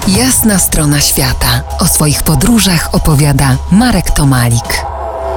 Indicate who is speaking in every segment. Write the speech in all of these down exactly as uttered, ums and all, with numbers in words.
Speaker 1: Jasna strona świata. O swoich podróżach opowiada Marek Tomalik.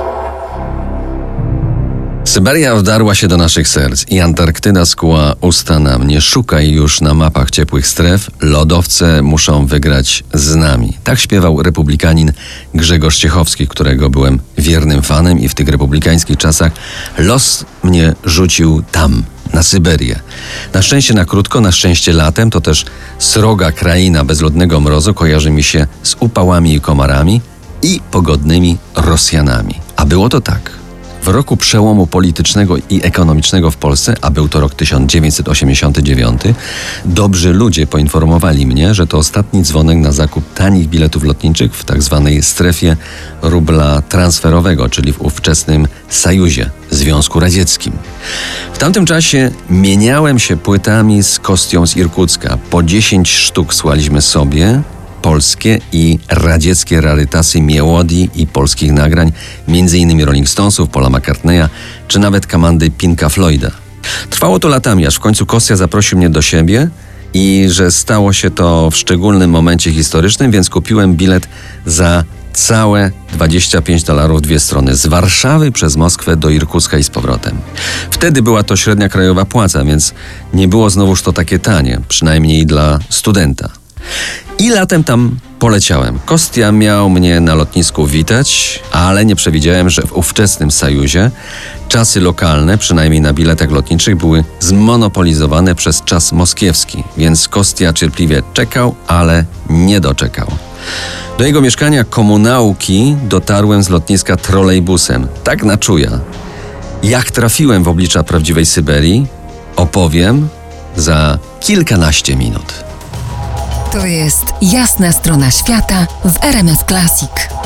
Speaker 2: Syberia wdarła się do naszych serc i Antarktyda skuła usta nam. Nie szukaj już na mapach ciepłych stref, lodowce muszą wygrać z nami. Tak śpiewał republikanin Grzegorz Ciechowski, którego byłem wiernym fanem i w tych republikańskich czasach los mnie rzucił tam, na Syberię. Na szczęście na krótko, na szczęście latem, to też sroga kraina bezludnego mrozu kojarzy mi się z upałami i komarami i pogodnymi Rosjanami. A było to tak. W roku przełomu politycznego i ekonomicznego w Polsce, a był to rok tysiąc dziewięćset osiemdziesiąty dziewiąty, dobrzy ludzie poinformowali mnie, że to ostatni dzwonek na zakup tanich biletów lotniczych w tak zwanej strefie rubla transferowego, czyli w ówczesnym Sajuzie, Związku Radzieckim. W tamtym czasie mieniałem się płytami z Kostią z Irkucka. Po dziesięć sztuk słaliśmy sobie, polskie i radzieckie rarytasy mielodii i polskich nagrań, między innymi Rolling Stonesów, Paula McCartneya, czy nawet komandy Pinka Floyda. Trwało to latami, aż w końcu Kostia zaprosił mnie do siebie i że stało się to w szczególnym momencie historycznym, więc kupiłem bilet za całe dwadzieścia pięć dolarów dwie strony, z Warszawy przez Moskwę do Irkucka i z powrotem. Wtedy była to średnia krajowa płaca, więc nie było znowuż to takie tanie, przynajmniej dla studenta. I latem tam poleciałem. Kostia miał mnie na lotnisku witać, ale nie przewidziałem, że w ówczesnym Sajuzie czasy lokalne, przynajmniej na biletach lotniczych, były zmonopolizowane przez czas moskiewski, więc Kostia cierpliwie czekał, ale nie doczekał. Do jego mieszkania komunałki dotarłem z lotniska trolejbusem, tak na czuja. Jak trafiłem w oblicza prawdziwej Syberii, opowiem za kilkanaście minut.
Speaker 1: To jest Jasna strona świata w R M F Classic.